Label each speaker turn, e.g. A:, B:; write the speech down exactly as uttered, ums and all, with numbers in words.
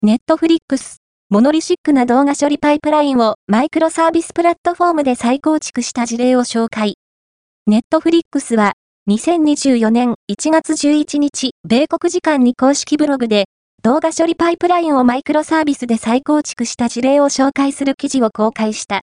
A: ネットフリックス、モノリシックな動画処理パイプラインをマイクロサービスプラットフォームで再構築した事例を紹介。ネットフリックスは、にせんにじゅうよねんいちがつじゅういちにち、米国時間に公式ブログで、動画処理パイプラインをマイクロサービスで再構築した事例を紹介する記事を公開した。